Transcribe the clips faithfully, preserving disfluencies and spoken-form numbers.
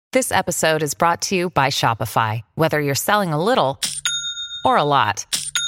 This episode is brought to you by Shopify. Whether you're selling a little or a lot,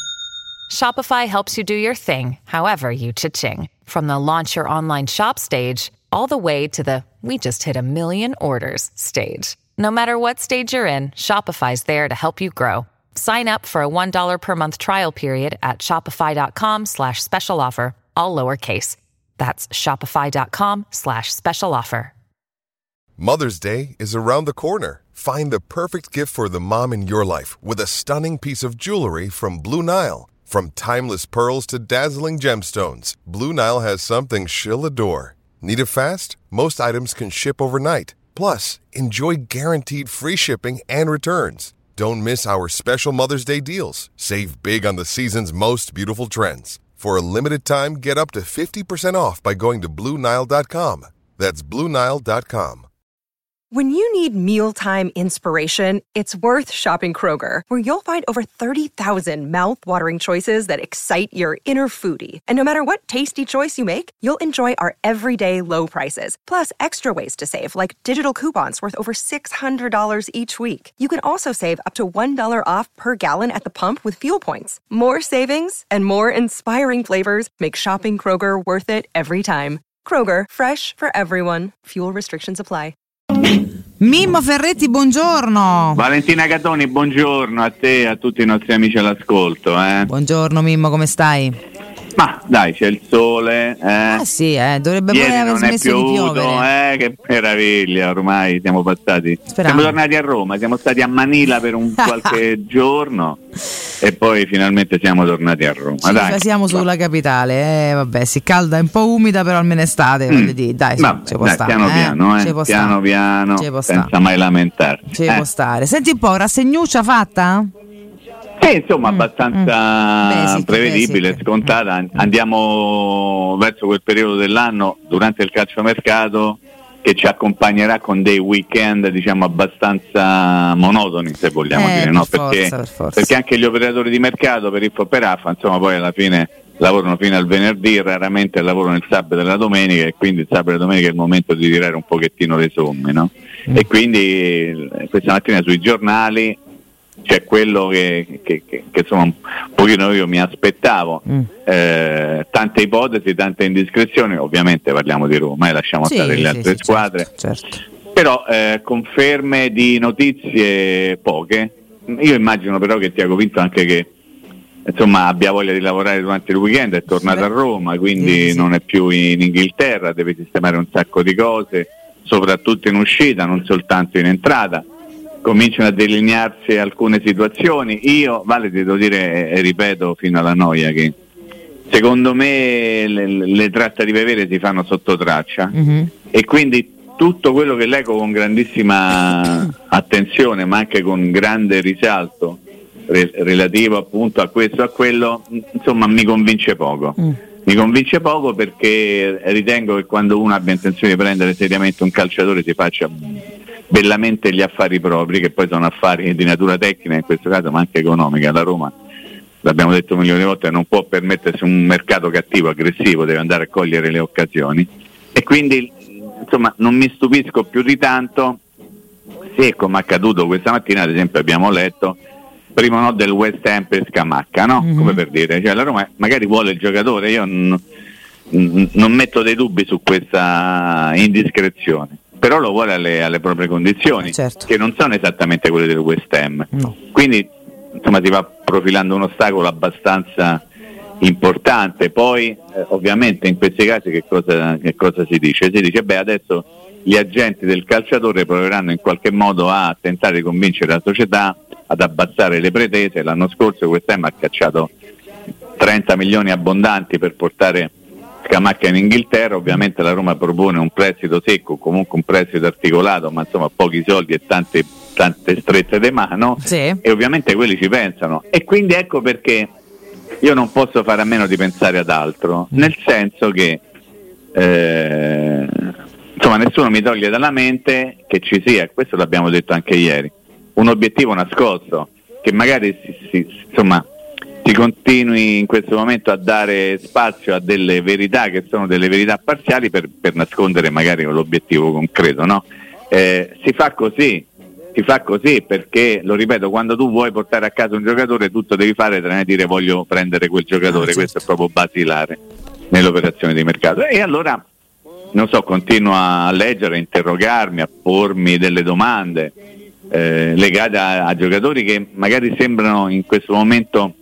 Shopify helps you do your thing, however you cha-ching. From the launch your online shop stage, all the way to the we just hit a million orders stage. No matter what stage you're in, Shopify's there to help you grow. Sign up for a one dollar per month trial period at shopify.com slash special offer, all lowercase. That's shopify.com slash special offer. Mother's Day is around the corner. Find the perfect gift for the mom in your life with a stunning piece of jewelry from Blue Nile. From timeless pearls to dazzling gemstones, Blue Nile has something she'll adore. Need it fast? Most items can ship overnight. Plus, enjoy guaranteed free shipping and returns. Don't miss our special Mother's Day deals. Save big on the season's most beautiful trends. For a limited time, get up to fifty percent off by going to Blue Nile dot com. That's Blue Nile dot com. When you need mealtime inspiration, it's worth shopping Kroger, where you'll find over thirty thousand mouth-watering choices that excite your inner foodie. And no matter what tasty choice you make, you'll enjoy our everyday low prices, plus extra ways to save, like digital coupons worth over six hundred dollars each week. You can also save up to one dollar off per gallon at the pump with fuel points. More savings and more inspiring flavors make shopping Kroger worth it every time. Kroger, fresh for everyone. Fuel restrictions apply. Mimmo Ferretti, buongiorno. Valentina Catoni, buongiorno a te e a tutti i nostri amici all'ascolto. Eh. Buongiorno Mimmo, come stai? Ma dai, c'è il sole. Eh. Ah sì, eh, dovrebbe Ieri pure aver non è smesso di piovuto, piovere. Eh, che meraviglia, ormai siamo passati. Speriamo. Siamo tornati a Roma, siamo stati a Manila per un qualche giorno e poi finalmente siamo tornati a Roma. Ci dai. siamo sulla capitale, eh, vabbè, si calda, è un po' umida, però almeno estate, Mm. voglio dire, dai, Vabbè, ci può dai, stare, piano eh. piano, eh. Ci può piano stare. piano, Ci può senza stare. mai lamentarsi. Ci eh. può stare. Senti un po', rassegnuccia fatta? Sì, insomma, Mm, abbastanza mm. Basic, prevedibile, basic. scontata. Andiamo verso quel periodo dell'anno durante il calciomercato che ci accompagnerà con dei weekend, diciamo, abbastanza monotoni, se vogliamo Eh, dire, per no? forza, Perché, per forza. perché anche gli operatori di mercato per il F O per Raffa, insomma, poi alla fine lavorano fino al venerdì, raramente lavorano il sabato e la domenica, e quindi il sabato e la domenica è il momento di tirare un pochettino le somme, no? Mm. E quindi eh, questa mattina sui giornali c'è quello che, che, che, che insomma un pochino io mi aspettavo, Mm. eh, tante ipotesi, tante indiscrezioni, ovviamente parliamo di Roma e lasciamo Sì, stare le sì, altre sì, squadre, certo, certo. però eh, conferme di notizie poche. Io immagino però che Tiago Pinto anche che insomma abbia voglia di lavorare durante il weekend, è tornato Beh, a Roma, quindi sì, sì. non è più in Inghilterra, deve sistemare un sacco di cose, soprattutto in uscita, non soltanto in entrata. Cominciano a delinearsi alcune situazioni. Io, vale, ti devo dire e ripeto fino alla noia che secondo me le, le trattative vere si fanno sotto traccia, Mhm. e quindi tutto quello che leggo con grandissima attenzione ma anche con grande risalto re- relativo appunto a questo, a quello, insomma mi convince poco. Mm. Mi convince poco perché ritengo che quando uno abbia intenzione di prendere seriamente un calciatore si faccia bellamente gli affari propri, che poi sono affari di natura tecnica in questo caso ma anche economica. La Roma, l'abbiamo detto milioni di volte, non può permettersi un mercato cattivo, aggressivo, deve andare a cogliere le occasioni, e quindi insomma non mi stupisco più di tanto se, come è accaduto questa mattina, ad esempio abbiamo letto primo no del West Ham per Scamacca, no? Mhm. Come per dire, cioè la Roma magari vuole il giocatore, io n- n- non metto dei dubbi su questa indiscrezione, però lo vuole alle, alle proprie condizioni, Eh, certo. che non sono esattamente quelle del West Ham. No. Quindi insomma si va profilando un ostacolo abbastanza importante. Poi eh, ovviamente in questi casi che cosa, che cosa si dice? Si dice beh, adesso gli agenti del calciatore proveranno in qualche modo a tentare di convincere la società ad abbassare le pretese. L'anno scorso quest'anno ha cacciato trenta milioni abbondanti per portare Scamacca in Inghilterra. Ovviamente la Roma propone un prestito secco, comunque un prestito articolato, ma insomma pochi soldi e tante, tante strette di mano, Sì. e ovviamente quelli ci pensano, e quindi ecco perché io non posso fare a meno di pensare ad altro, nel senso che eh, insomma nessuno mi toglie dalla mente che ci sia, e questo l'abbiamo detto anche ieri, un obiettivo nascosto, che magari si, si, insomma si continui in questo momento a dare spazio a delle verità che sono delle verità parziali per, per nascondere magari l'obiettivo concreto, no? eh, si fa così, si fa così perché, lo ripeto, quando tu vuoi portare a casa un giocatore tutto devi fare tranne dire voglio prendere quel giocatore, ah, questo è proprio basilare nell'operazione di mercato. E allora, non so, continuo a leggere, a interrogarmi, a pormi delle domande eh, legate a, a giocatori che magari sembrano in questo momento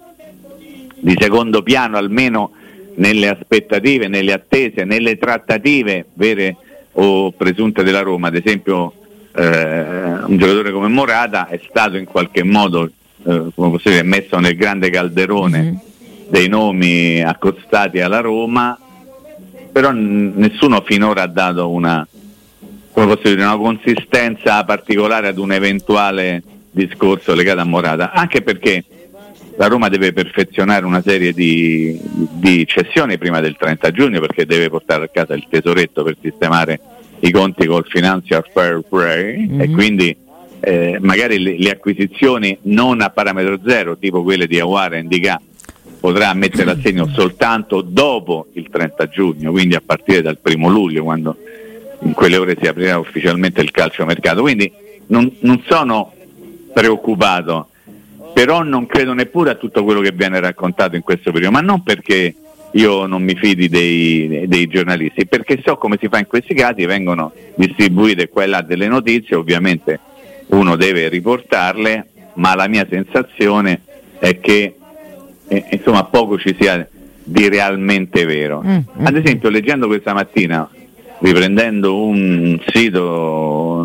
di secondo piano, almeno nelle aspettative, nelle attese, nelle trattative vere o presunte della Roma. Ad esempio eh, un giocatore come Morata è stato in qualche modo eh, come posso dire, messo nel grande calderone mm-hmm. dei nomi accostati alla Roma, però n- nessuno finora ha dato una, come posso dire, una consistenza particolare ad un eventuale discorso legato a Morata, anche perché la Roma deve perfezionare una serie di, di cessioni prima del trenta giugno, perché deve portare a casa il tesoretto per sistemare i conti col Financial Fair Play mm-hmm. e quindi eh, magari le, le acquisizioni non a parametro zero, tipo quelle di Aouar e Ndicà, potrà mettere a segno soltanto dopo il trenta giugno, quindi a partire dal primo luglio, quando in quelle ore si aprirà ufficialmente il calciomercato. Quindi non, non sono preoccupato, però non credo neppure a tutto quello che viene raccontato in questo periodo, ma non perché io non mi fidi dei, dei giornalisti, perché so come si fa in questi casi, vengono distribuite qua e là delle notizie, ovviamente uno deve riportarle, ma la mia sensazione è che eh, insomma poco ci sia di realmente vero. Mm, mm. Ad esempio, leggendo questa mattina, riprendendo un sito,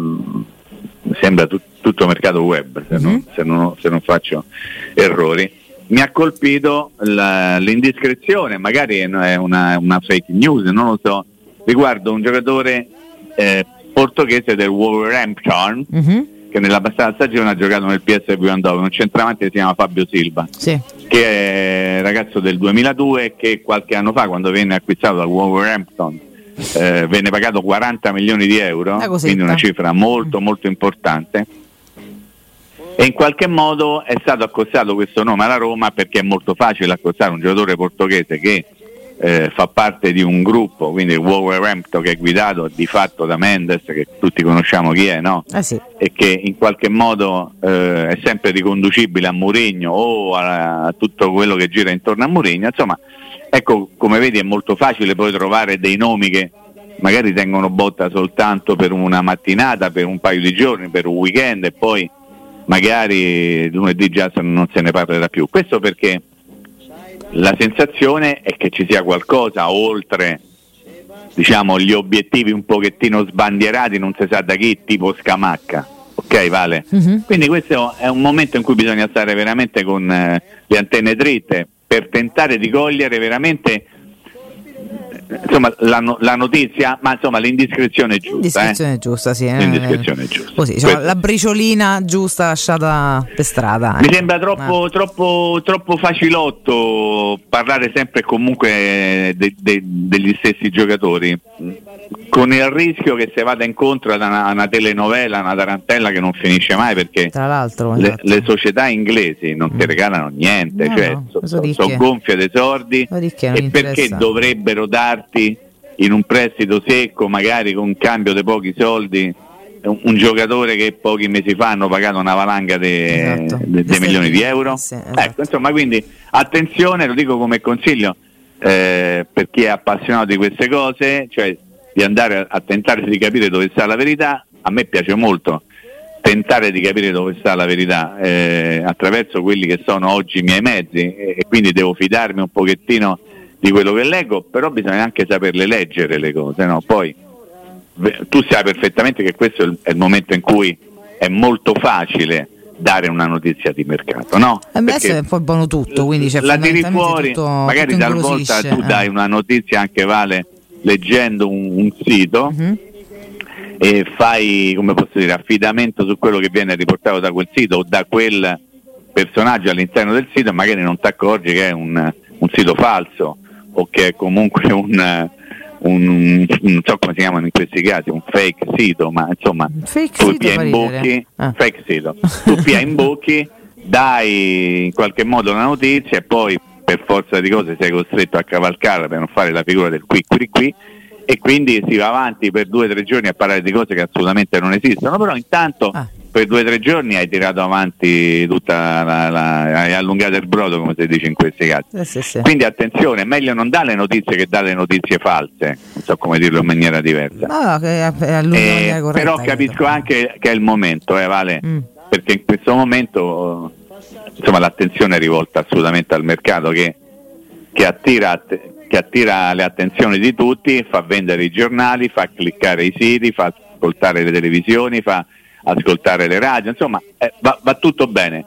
mi sembra tut- tutto mercato web, se, mm-hmm. non, se, non, se non faccio errori, mi ha colpito la, l'indiscrezione, magari è una, una fake news, non lo so, riguardo un giocatore eh, portoghese del Wolverhampton mm-hmm. che nella passata stagione ha giocato nel P S V Eindhoven, un centravanti che si chiama Fabio Silva, sì. che è ragazzo del duemiladue, che qualche anno fa, quando venne acquistato dal Wolverhampton, eh, venne pagato quaranta milioni di euro, quindi una cifra molto molto importante, e in qualche modo è stato accostato questo nome alla Roma perché è molto facile accostare un giocatore portoghese che eh, fa parte di un gruppo, quindi il Wolverhampton, che è guidato di fatto da Mendes, che tutti conosciamo chi è, no? Eh sì. E che in qualche modo eh, è sempre riconducibile a Mourinho o a, a tutto quello che gira intorno a Mourinho. Insomma, ecco, come vedi è molto facile poi trovare dei nomi che magari tengono botta soltanto per una mattinata, per un paio di giorni, per un weekend, e poi magari lunedì già non se ne parlerà più. Questo perché la sensazione è che ci sia qualcosa oltre, diciamo, gli obiettivi un pochettino sbandierati, non si sa da chi, tipo Scamacca, ok Vale? Mm-hmm. Quindi questo è un momento in cui bisogna stare veramente con eh, le antenne dritte per tentare di cogliere veramente, insomma, la, no- la notizia, ma insomma l'indiscrezione giusta. L'indiscrezione eh? giusta, sì. Eh? L'indiscrezione giusta. Così, cioè, la briciolina giusta lasciata per strada. Mi eh. sembra troppo, eh. troppo, troppo facilotto parlare sempre e comunque de- de- degli stessi giocatori, con il rischio che se vada incontro ad una, una telenovela, una tarantella che non finisce mai, perché tra l'altro le, esatto. le società inglesi non ti regalano niente, no, cioè no, sono so so gonfie dei soldi, e perché dovrebbero darti in un prestito secco, magari con cambio di pochi soldi, un, un giocatore che pochi mesi fa hanno pagato una valanga dei esatto. milioni di euro? Sì, esatto. Ecco, insomma, quindi attenzione, lo dico come consiglio eh, per chi è appassionato di queste cose, cioè di andare a, a tentare di capire dove sta la verità. A me piace molto tentare di capire dove sta la verità eh, attraverso quelli che sono oggi i miei mezzi, e, e quindi devo fidarmi un pochettino di quello che leggo, però bisogna anche saperle leggere le cose, no? Poi tu sai perfettamente che questo è il, è il momento in cui è molto facile dare una notizia di mercato, no? E adesso è un po' buono tutto, quindi c'è la tiri fuori, tutto, magari tutto talvolta tu eh. dai una notizia anche, Vale, leggendo un, un sito uh-huh. e fai, come posso dire, affidamento su quello che viene riportato da quel sito o da quel personaggio all'interno del sito, e magari non ti accorgi che è un, un sito falso, o che è comunque un, un, non so come si chiamano in questi casi, un fake sito, ma insomma tu pia in bocchi, ah. fake sito, tu pia in bocchi, dai in qualche modo la notizia e poi per forza di cose sei costretto a cavalcarla per non fare la figura del qui qui qui, e quindi si va avanti per due o tre giorni a parlare di cose che assolutamente non esistono, però intanto ah. per due o tre giorni hai tirato avanti tutta la, la hai allungato il brodo, come si dice in questi casi. Eh sì, sì. Quindi attenzione, è meglio non dare notizie che dare notizie false, non so come dirlo in maniera diversa. No, che è eh, corretta, però capisco credo. anche che è il momento, eh, Vale, mm. perché in questo momento insomma l'attenzione è rivolta assolutamente al mercato che, che attira che attira le attenzioni di tutti, fa vendere i giornali, fa cliccare i siti, fa ascoltare le televisioni, fa ascoltare le radio, insomma eh, va, va tutto bene,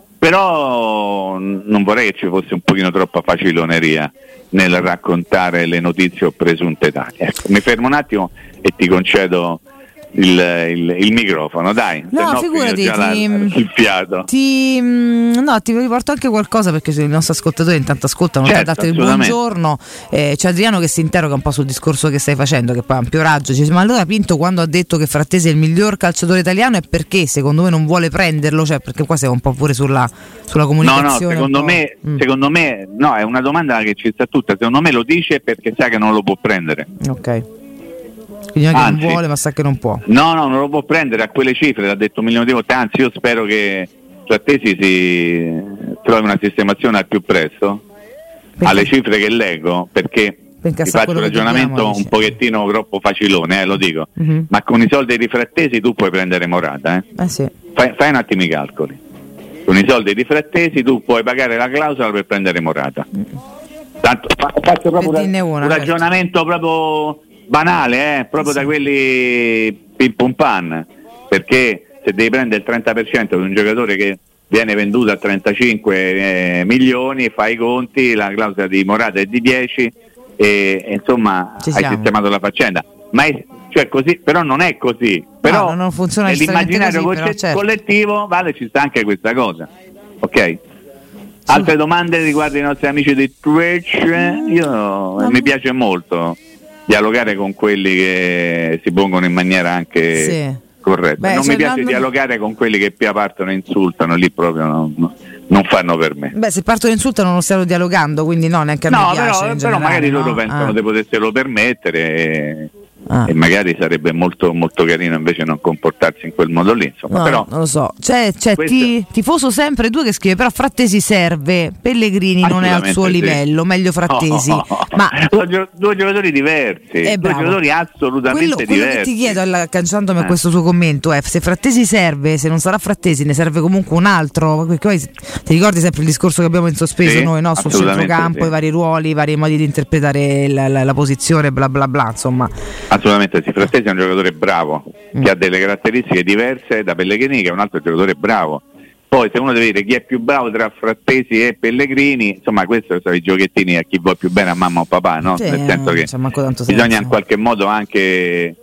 però non vorrei che ci fosse un pochino troppa faciloneria nel raccontare le notizie o presunte tali. Ecco, mi fermo un attimo e ti concedo Il, il, il microfono, dai. No, no figurati, già ti, la, il fiato. Ti, no, ti riporto anche qualcosa perché i nostri ascoltatori intanto ascoltano, certo, darti il buongiorno. Eh, c'è Adriano che si interroga un po' sul discorso che stai facendo, che poi ha ampio raggio. Dice, ma allora Pinto quando ha detto che Frattesi è il miglior calciatore italiano è perché secondo me non vuole prenderlo? Cioè, perché qua siamo un po' pure sulla, sulla comunicazione. No, no, secondo me, mm. secondo me, no, è una domanda che ci sta tutta. Secondo me lo dice perché sa che non lo può prendere. Ok. Quindi non Anzi, vuole ma sa che non può. No, no, non lo può prendere a quelle cifre, l'ha detto un milione di volte. Anzi, io spero che Frattesi si trovi una sistemazione al più presto perché? alle cifre che leggo, perché, perché ti faccio un ragionamento dobbiamo, un pochettino troppo facilone, eh, lo dico, uh-huh. ma con i soldi di Frattesi tu puoi prendere Morata, eh? Eh sì. fai, fai un attimo i calcoli. Con i soldi di Frattesi tu puoi pagare la clausola per prendere Morata. Uh-huh. Tanto, fa, faccio proprio un, una, un ragionamento certo. proprio banale, eh? proprio sì. da quelli pim pum pan, perché se devi prendere il trenta per cento di un giocatore che viene venduto a trentacinque eh, milioni, fai i conti, la clausola di Morata è di dieci e, e insomma Ci hai siamo. sistemato la faccenda, ma è, cioè così, però non è così, però no, non funziona nell'immaginario così, però, certo. collettivo Vale ci sta anche questa cosa, ok? Altre domande riguardo i nostri amici di Twitch? Io no. mi piace molto dialogare con quelli che si pongono in maniera anche sì. corretta. Beh, non mi piace l'anno... dialogare con quelli che più partono e insultano, lì proprio non, non fanno per me. Beh, se partono e insultano non stiamo dialogando, quindi no, neanche a me no, piace. Però, però generale, magari no? loro pensano ah. di poterselo permettere e, ah. e magari sarebbe molto molto carino invece non comportarsi in quel modo lì, insomma. No, però non lo so. C'è, c'è questa... ti, tifoso sempre due che scrive però Frattesi serve, Pellegrini non è al suo sì. livello, meglio Frattesi. Oh, oh, oh. Ma due, due giocatori diversi, eh, due giocatori assolutamente quello, quello diversi. Quello che ti chiedo, agganciandomi eh. a questo suo commento, è se Frattesi serve, se non sarà Frattesi ne serve comunque un altro, perché poi ti ricordi sempre il discorso che abbiamo in sospeso sì, noi, no? Sul centrocampo, sì. i vari ruoli, i vari modi di interpretare la, la, la posizione, bla bla bla, insomma. Assolutamente sì, Frattesi è un giocatore bravo, mm. che ha delle caratteristiche diverse da Pellegrini, che è un altro giocatore bravo. Poi se uno deve dire chi è più bravo tra Frattesi e Pellegrini, insomma questo sono i giochettini a chi vuole più bene, a mamma o papà, no? Sì, nel senso che bisogna in qualche modo anche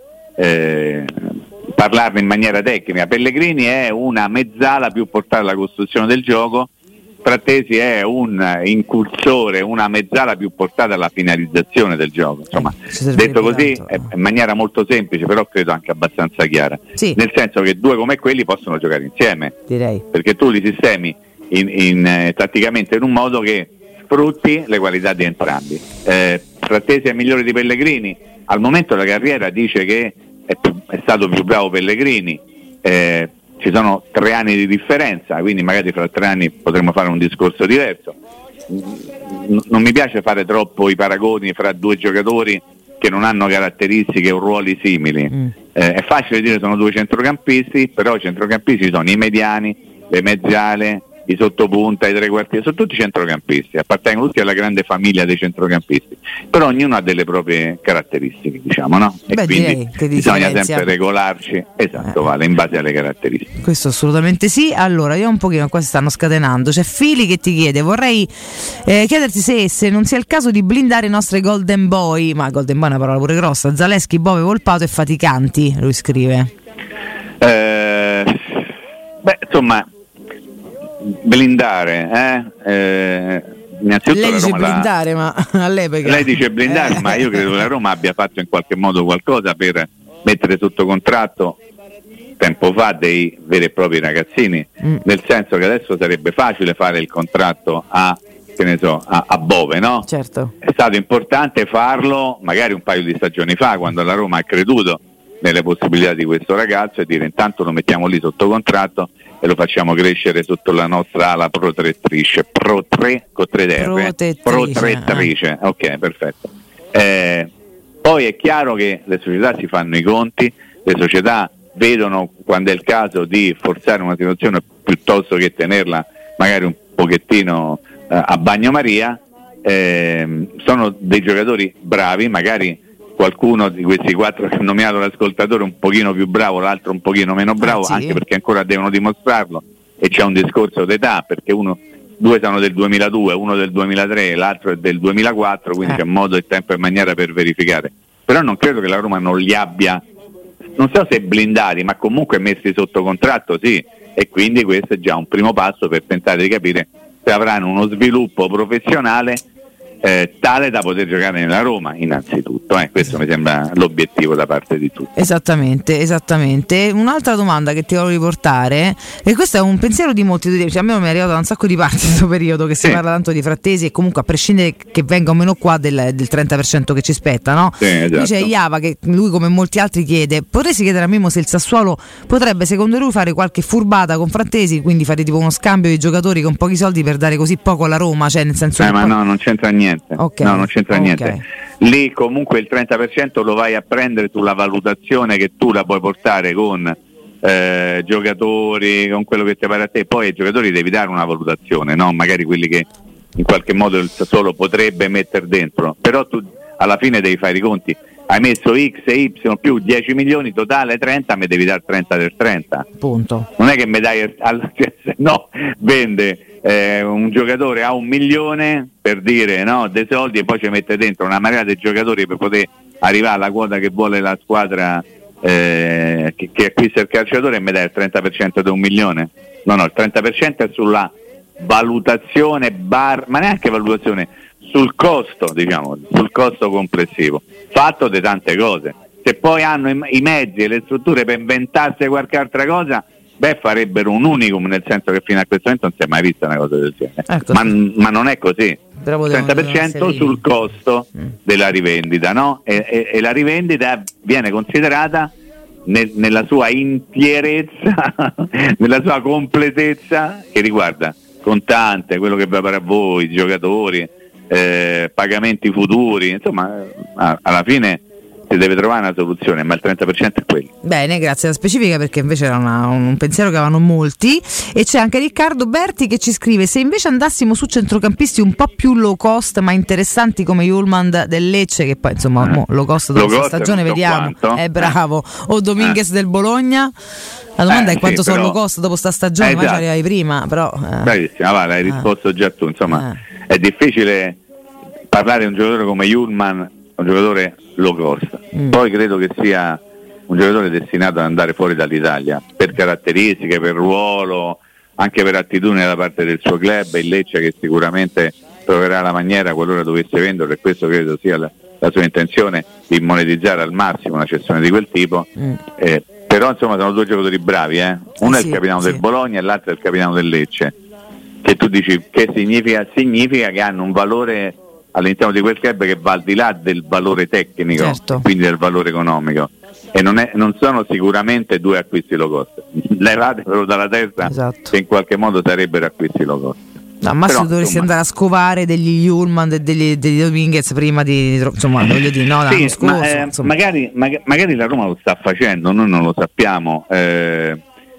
eh, parlarne in maniera tecnica. Pellegrini è una mezzala più portata alla costruzione del gioco, Frattesi è un incursore, una mezzala più portata alla finalizzazione del gioco, insomma, eh, detto così è in maniera molto semplice, però credo anche abbastanza chiara, sì. nel senso che due come quelli possono giocare insieme, direi, perché tu li sistemi in, in, eh, tatticamente in un modo che sfrutti le qualità di entrambi. eh, Frattesi è migliore di Pellegrini, al momento della carriera dice che è, più, è stato più bravo Pellegrini, eh, ci sono tre anni di differenza, quindi magari fra tre anni potremo fare un discorso diverso. Non mi piace fare troppo i paragoni fra due giocatori che non hanno caratteristiche o ruoli simili. Mm. Eh, è facile dire sono due centrocampisti, però i centrocampisti sono i mediani, le mezzale, i sottopunta, i trequartisti, sono tutti centrocampisti, appartengono tutti alla grande famiglia dei centrocampisti, però ognuno ha delle proprie caratteristiche, diciamo, no? E Beh, quindi che bisogna sempre regolarci, esatto, eh. Vale, in base alle caratteristiche. Questo assolutamente sì. Allora, io un pochino qua si stanno scatenando. C'è Fili che ti chiede, vorrei eh, chiederti se, se non sia il caso di blindare i nostri Golden Boy, ma Golden Boy è una parola pure grossa, Zaleschi, Bove, Volpato e Faticanti, lui scrive. Eh, beh, insomma, blindare, eh? Eh, innanzitutto lei la dice Roma blindare, la... ma all'epoca lei dice blindare, eh. ma io credo che la Roma abbia fatto in qualche modo qualcosa per mettere sotto contratto tempo fa dei veri e propri ragazzini, mm. nel senso che adesso sarebbe facile fare il contratto a che ne so, a, a Bove, no? Certo. È stato importante farlo magari un paio di stagioni fa, quando la Roma ha creduto nelle possibilità di questo ragazzo, e dire intanto lo mettiamo lì sotto contratto e lo facciamo crescere sotto la nostra ala protettrice, pro tre con tre derbe, protettrice, eh. ok, perfetto. Eh, poi è chiaro che le società si fanno i conti, le società vedono quando è il caso di forzare una situazione piuttosto che tenerla magari un pochettino eh, a bagnomaria. Eh, sono dei giocatori bravi, magari qualcuno di questi quattro che ha nominato l'ascoltatore un pochino più bravo, l'altro un pochino meno bravo, ah, sì? Anche perché ancora devono dimostrarlo, e c'è un discorso d'età, perché uno due sono del duemiladue, uno del duemilatré, l'altro è del duemilaquattro, quindi eh. c'è modo e tempo e maniera per verificare. Però non credo che la Roma non li abbia, non so se blindati, ma comunque messi sotto contratto, sì, e quindi questo è già un primo passo per tentare di capire se avranno uno sviluppo professionale Eh, tale da poter giocare nella Roma, innanzitutto. Eh, questo mi sembra l'obiettivo da parte di tutti. Esattamente, esattamente. Un'altra domanda che ti voglio riportare, e questo è un pensiero di molti, cioè, a me mi è arrivato da un sacco di parti in questo periodo, che si sì. parla tanto di Frattesi, e comunque a prescindere che venga o meno qua del, del trenta per cento che ci spetta, no? Sì, esatto. Invece Iava, che lui come molti altri chiede, potresti chiedere a Mimmo se il Sassuolo potrebbe secondo lui fare qualche furbata con Frattesi, quindi fare tipo uno scambio di giocatori con pochi soldi per dare così poco alla Roma, cioè nel senso eh, che ma poi... no, non c'entra niente. Okay. No, non c'entra okay. niente. Lì comunque il trenta per cento lo vai a prendere sulla valutazione che tu la puoi portare con eh, giocatori, con quello che ti pare a te. Poi ai giocatori devi dare una valutazione, no? Magari quelli che in qualche modo il Sassuolo potrebbe mettere dentro, però tu alla fine devi fare i conti. Hai messo X e Y più dieci milioni, totale trenta, mi devi dare trenta del trenta. Punto. Non è che mi dai, cioè, se no vende eh, un giocatore a un milione, per dire, no, dei soldi, e poi ci mette dentro una marea di giocatori per poter arrivare alla quota che vuole la squadra eh, che, che acquista il calciatore, e mi dai il trenta per cento di un milione. No, no, il trenta per cento è sulla valutazione bar, ma neanche valutazione, sul costo, diciamo, sul costo complessivo, fatto di tante cose. Se poi hanno i, i mezzi e le strutture per inventarsi qualche altra cosa, beh, farebbero un unicum, nel senso che fino a questo momento non si è mai vista una cosa del genere. Ecco, ma, ma non è così. trenta per cento sul costo mm. della rivendita, no? E, e, e la rivendita viene considerata nel, nella sua intierezza, nella sua completezza, che riguarda contante, quello che va per a voi, giocatori, eh, pagamenti futuri, insomma, a, alla fine si deve trovare una soluzione, ma il trenta per cento è quello. Bene, grazie alla specifica, perché invece era una, un pensiero che avevano molti. E c'è anche Riccardo Berti che ci scrive: se invece andassimo su centrocampisti un po' più low cost ma interessanti come Yulman del Lecce, che poi insomma mo, low cost dopo questa stagione so vediamo, è eh, bravo, o Dominguez eh. del Bologna. La domanda eh, è quanto sì, sono low cost dopo sta stagione, eh, ma esatto. ci arrivavi prima, però eh. bravissima, vale, hai risposto eh. già tu, insomma eh. è difficile parlare di un giocatore come Yulman, un giocatore low cost. Mm. Poi credo che sia un giocatore destinato ad andare fuori dall'Italia per caratteristiche, per ruolo, anche per attitudine da parte del suo club, il Lecce, che sicuramente troverà la maniera, qualora dovesse venderlo, e questo credo sia la, la sua intenzione, di monetizzare al massimo una cessione di quel tipo. Mm. Eh, però insomma sono due giocatori bravi, eh? uno eh sì, è il capitano sì. del Bologna e l'altro è il capitano del Lecce, che tu dici che significa? Significa che hanno un valore all'interno di quel club che va al di là del valore tecnico, certo. quindi del valore economico, e non, è, non sono sicuramente due acquisti low cost. Levatevelo dalla testa, esatto. che in qualche modo sarebbero acquisti low cost. No, ma se dovresti insomma, andare a scovare degli Yulman e degli, degli Dominguez prima di, insomma, voglio dire, no, l'anno sì, scorso, ma, eh, magari, mag- magari la Roma lo sta facendo, noi non lo sappiamo. Eh,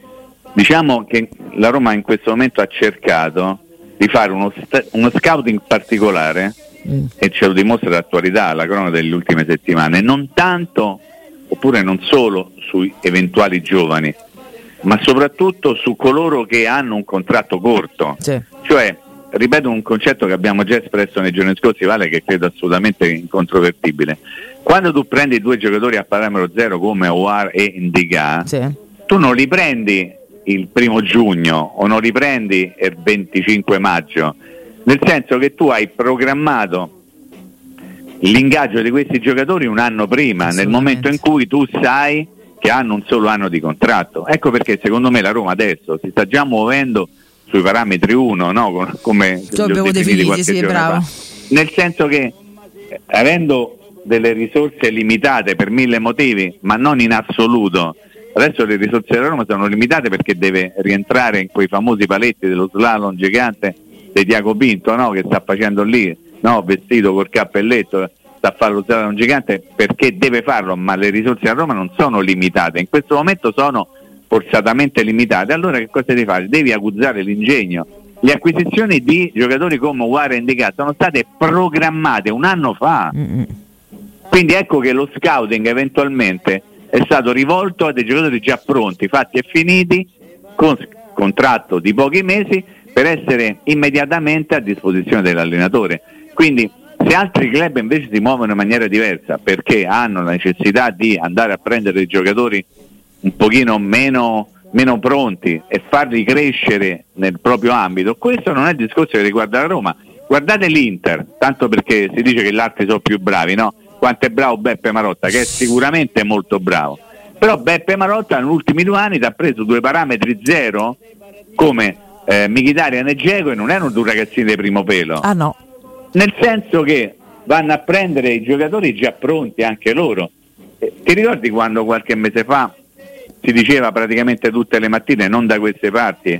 diciamo che la Roma in questo momento ha cercato di fare uno, st- uno scouting particolare, mm. e ce lo dimostra l'attualità, la cronaca delle ultime settimane, non tanto, oppure non solo sui eventuali giovani, ma soprattutto su coloro che hanno un contratto corto. Sì. Cioè, ripeto un concetto che abbiamo già espresso nei giorni scorsi, vale, che credo assolutamente incontrovertibile. Quando tu prendi due giocatori a parametro zero come Aouar e Indica, sì. tu non li prendi il primo giugno o non li prendi il venticinque maggio, nel senso che tu hai programmato l'ingaggio di questi giocatori un anno prima, nel momento in cui tu sai che hanno un solo anno di contratto. Ecco perché secondo me la Roma adesso si sta già muovendo sui parametri uno, no? Come abbiamo definiti, sì, bravo. Fa. Nel senso che eh, avendo delle risorse limitate per mille motivi, ma non in assoluto, adesso le risorse della Roma sono limitate perché deve rientrare in quei famosi paletti dello slalom gigante di Tiago Pinto, no? Che sta facendo lì, no? Vestito col cappelletto, sta a fare lo slalom gigante perché deve farlo, ma le risorse della Roma non sono limitate, in questo momento sono forzatamente limitate. Allora che cosa devi fare? Devi accuzzare l'ingegno. Le acquisizioni di giocatori come Uguara e Indica sono state programmate un anno fa, mm-hmm. quindi ecco che lo scouting eventualmente è stato rivolto a dei giocatori già pronti, fatti e finiti, con contratto di pochi mesi, per essere immediatamente a disposizione dell'allenatore. Quindi se altri club invece si muovono in maniera diversa perché hanno la necessità di andare a prendere dei giocatori un pochino meno, meno pronti e farli crescere nel proprio ambito, questo non è il discorso che riguarda la Roma. Guardate l'Inter, tanto perché si dice che gli altri sono più bravi, no? Quanto è bravo Beppe Marotta, che è sicuramente molto bravo, però Beppe Marotta negli ultimi due anni ti ha preso due parametri zero come eh, Mkhitaryan e Dzeko, e non erano due ragazzini di primo pelo. Ah no. Nel senso che vanno a prendere i giocatori già pronti anche loro. Eh, ti ricordi quando qualche mese fa si diceva praticamente tutte le mattine, non da queste parti,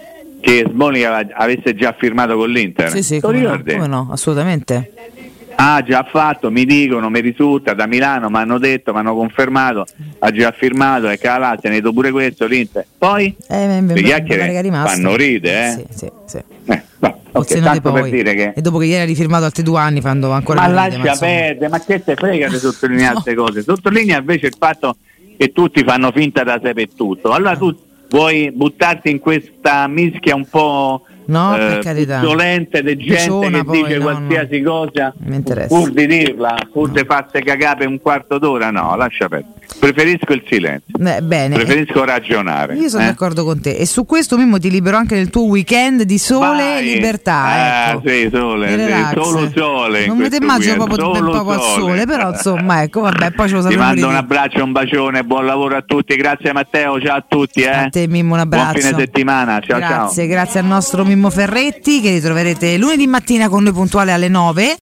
che Smalling avesse già firmato con l'Inter? Sì, sì, come no, come no, assolutamente. Ah, già fatto, mi dicono, mi risulta, da Milano mi hanno detto, mi hanno confermato, ha già firmato, e calà, se ne do pure questo, l'Inter. Poi eh, le chiacchiere fanno ride, eh? Sì, sì, sì. eh no, okay, tanto per dire che... E dopo che ieri hai rifirmato altri due anni, fanno ancora... Ma lascia perdere, ma che te frega di sottolineare queste no. cose? Sottolinea invece il fatto che tutti fanno finta da sé per tutto. Allora tu vuoi buttarti in questa mischia un po' no, eh, puzzolente di gente Picciona, che poi, dice no, qualsiasi no. cosa pur di dirla, pur no. di farsi cagare per un quarto d'ora? No, lascia perdere. Preferisco il silenzio. Beh, bene. Preferisco ragionare. Io sono eh? d'accordo con te. E su questo Mimmo ti libero anche nel tuo weekend di sole Vai. e libertà. Ah, ecco. sì, sole, sì, solo sole. Non mi ti immagino proprio, proprio al sole, però insomma, ecco, vabbè, poi ce lo sapremo. Ti mando un abbraccio, un bacione, buon lavoro a tutti. Grazie Matteo, ciao a tutti. Eh. A te Mimmo, un abbraccio. Buon fine settimana, ciao grazie, ciao. Grazie al nostro Mimmo Ferretti, che ritroverete lunedì mattina con noi puntuale alle nove.